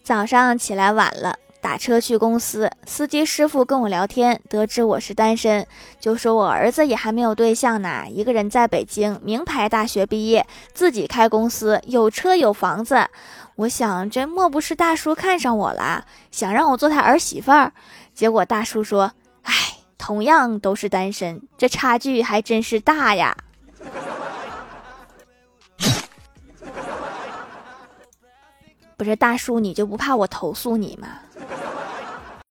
早上起来晚了，打车去公司，司机师傅跟我聊天，得知我是单身，就说我儿子也还没有对象呢，一个人在北京，名牌大学毕业，自己开公司，有车有房子。我想这莫不是大叔看上我了，想让我做他儿媳妇儿？结果大叔说，哎，同样都是单身，这差距还真是大呀。不是大叔，你就不怕我投诉你吗？